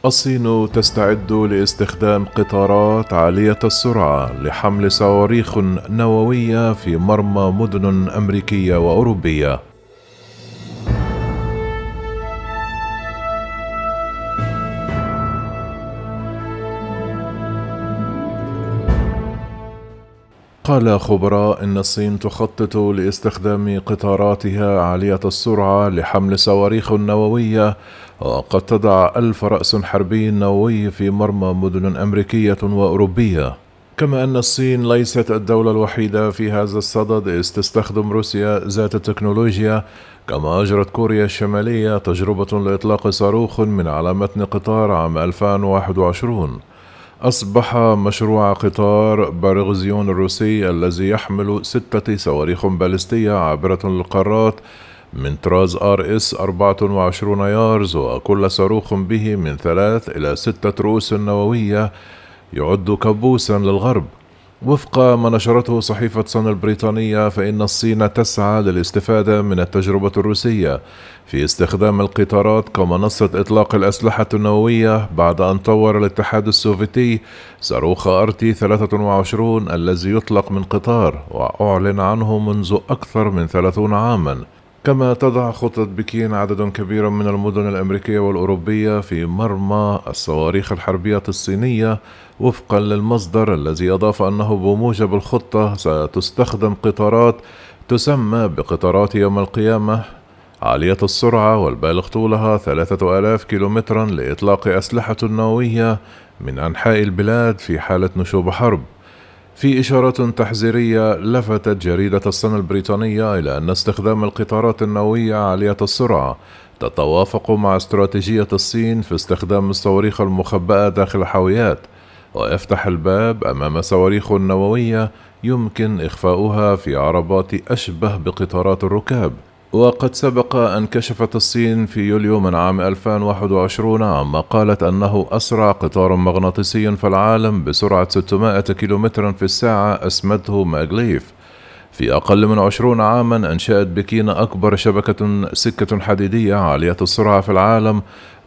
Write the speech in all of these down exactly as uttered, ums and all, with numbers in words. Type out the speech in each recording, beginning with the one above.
الصين تستعد لاستخدام قطارات عالية السرعة لحمل صواريخ نووية في مرمى مدن أمريكية وأوروبية. قال خبراء إن الصين تخطط لاستخدام قطاراتها عالية السرعة لحمل صواريخ نووية، وقد تضع ألف رأس حربي نووي في مرمى مدن أمريكية وأوروبية. كما أن الصين ليست الدولة الوحيدة في هذا الصدد، إذ تستخدم روسيا ذات التكنولوجيا، كما أجرت كوريا الشمالية تجربة لإطلاق صاروخ من على متن قطار عام ألفين وواحد وعشرين. أصبح مشروع قطار بارغزيون الروسي الذي يحمل ستة صواريخ باليستية عابرة للقارات من طراز آر إس أربعة وعشرين يارز، وكل صاروخ به من ثلاث إلى ستة رؤوس نووية، يعد كابوسا للغرب. وفق ما نشرته صحيفة صن البريطانية، فإن الصين تسعى للاستفادة من التجربة الروسية في استخدام القطارات كمنصة إطلاق الأسلحة النووية، بعد أن طور الاتحاد السوفيتي صاروخ آر تي ثلاثة وعشرين الذي يطلق من قطار، وأعلن عنه منذ أكثر من ثلاثين عاما. كما تضع خطة بكين عدد كبير من المدن الأمريكية والأوروبية في مرمى الصواريخ الحربية الصينية، وفقا للمصدر الذي أضاف أنه بموجب الخطة ستستخدم قطارات تسمى بقطارات يوم القيامة عالية السرعة، والبالغ طولها ثلاثة آلاف كيلومترا، لإطلاق أسلحة نووية من أنحاء البلاد في حالة نشوب حرب. في إشارة تحذيرية، لفتت جريدة الصن البريطانية إلى أن استخدام القطارات النووية عالية السرعة تتوافق مع استراتيجية الصين في استخدام الصواريخ المخبأة داخل الحاويات، ويفتح الباب أمام صواريخ نووية يمكن إخفاؤها في عربات أشبه بقطارات الركاب. وقد سبق أن كشفت الصين في يوليو من عام ألفين وواحد وعشرين عما قالت أنه أسرع قطار مغناطيسي في العالم بسرعة ستمائة كيلومتر في الساعة أسمته ماغليف. في أقل من عشرين عاما أنشأت بكين أكبر شبكة سكة حديدية عالية السرعة في العالم،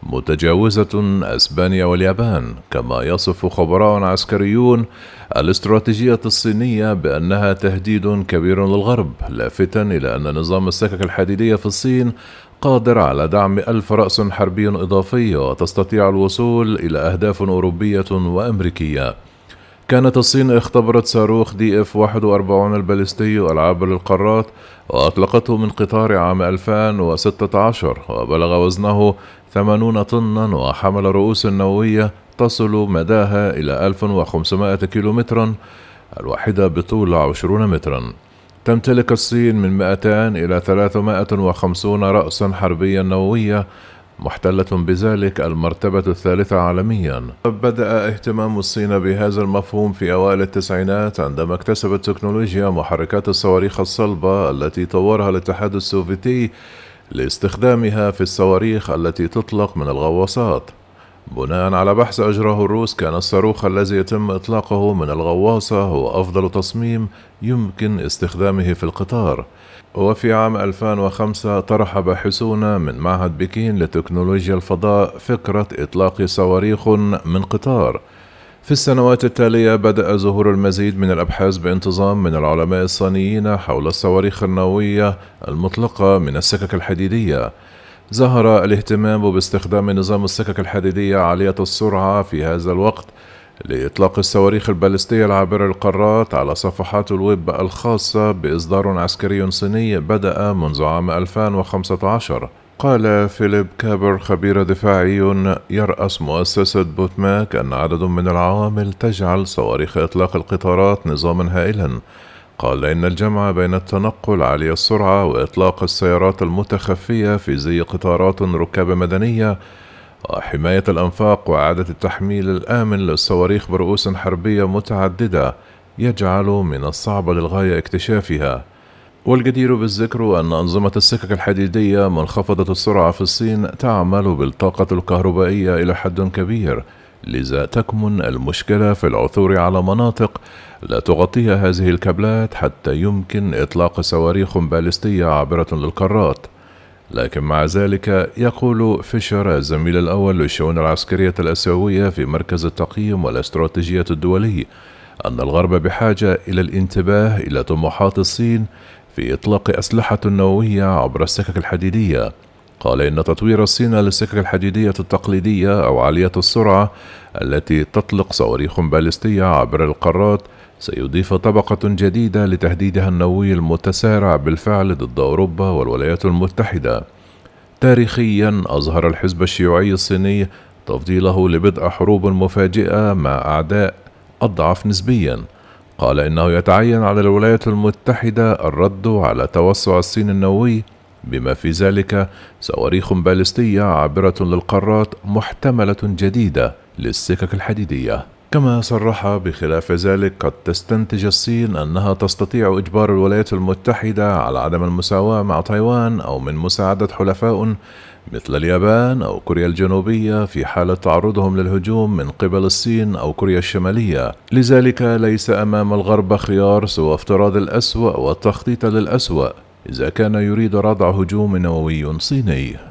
متجاوزة أسبانيا واليابان. كما يصف خبراء عسكريون الاستراتيجية الصينية بأنها تهديد كبير للغرب، لافتا إلى أن نظام السكك الحديدية في الصين قادر على دعم ألف رأس حربي إضافي، وتستطيع الوصول إلى أهداف أوروبية وأمريكية. كانت الصين اختبرت صاروخ دي اف واحد وأربعين الباليستي العابر للقارات، وأطلقته من قطار عام ألفين وستة عشر، وبلغ وزنه ثمانين طنا، وحمل رؤوس نووية تصل مداها إلى ألف وخمسمائة كيلومترا، الواحدة بطول عشرين مترا. تمتلك الصين من مئتين إلى ثلاثمائة وخمسين رأسا حربيا نووية، محتلة بذلك المرتبة الثالثة عالميا. بدأ اهتمام الصين بهذا المفهوم في أوائل التسعينات، عندما اكتسبت تكنولوجيا محركات الصواريخ الصلبة التي طورها الاتحاد السوفيتي لاستخدامها في الصواريخ التي تطلق من الغواصات. بناء على بحث أجراه الروس، كان الصاروخ الذي يتم إطلاقه من الغواصة هو أفضل تصميم يمكن استخدامه في القطار. وفي عام ألفين وخمسة طرح باحثون من معهد بكين لتكنولوجيا الفضاء فكرة إطلاق صواريخ من قطار. في السنوات التالية بدأ ظهور المزيد من الأبحاث بانتظام من العلماء الصينيين حول الصواريخ النووية المطلقة من السكك الحديدية. ظهر الاهتمام باستخدام نظام السكك الحديدية عالية السرعة في هذا الوقت لإطلاق الصواريخ الباليستية العابرة للقارات على صفحات الويب الخاصة بإصدار عسكري صيني بدأ منذ عام ألفين وخمسة عشر. قال فيليب كابر، خبير دفاعي يرأس مؤسسة بوتماك، أن عدد من العوامل تجعل صواريخ إطلاق القطارات نظاما هائلا. قال إن الجمع بين التنقل عالي السرعة وإطلاق السيارات المتخفية في زي قطارات ركاب مدنية، وحماية الأنفاق وإعادة التحميل الآمن للصواريخ برؤوس حربية متعددة يجعل من الصعب للغاية اكتشافها. والجدير بالذكر أن أنظمة السكك الحديدية منخفضة السرعة في الصين تعمل بالطاقة الكهربائية إلى حد كبير، لذا تكمن المشكلة في العثور على مناطق لا تغطيها هذه الكابلات حتى يمكن إطلاق صواريخ باليستية عابرة للقارات. لكن مع ذلك يقول فيشر الزميل الأول للشؤون العسكرية الآسيوية في مركز التقييم والاستراتيجية الدولي أن الغرب بحاجة إلى الانتباه إلى طموحات الصين في إطلاق أسلحة نووية عبر السكك الحديدية. قال إن تطوير الصين للسكك الحديدية التقليدية أو عالية السرعة التي تطلق صواريخ باليستية عبر القارات سيضيف طبقة جديدة لتهديدها النووي المتسارع بالفعل ضد أوروبا والولايات المتحدة. تاريخيا أظهر الحزب الشيوعي الصيني تفضيله لبدء حروب مفاجئة مع أعداء أضعف نسبيا. قال إنه يتعين على الولايات المتحدة الرد على توسع الصين النووي بما في ذلك صواريخ باليستية عابرة للقارات محتملة جديدة للسكك الحديدية. كما صرح بخلاف ذلك قد تستنتج الصين أنها تستطيع إجبار الولايات المتحدة على عدم المساواة مع تايوان أو من مساعدة حلفاء مثل اليابان أو كوريا الجنوبية في حالة تعرضهم للهجوم من قبل الصين أو كوريا الشمالية. لذلك ليس أمام الغرب خيار سوى افتراض الأسوأ والتخطيط للأسوأ إذا كان يريد ردع هجوم نووي صيني.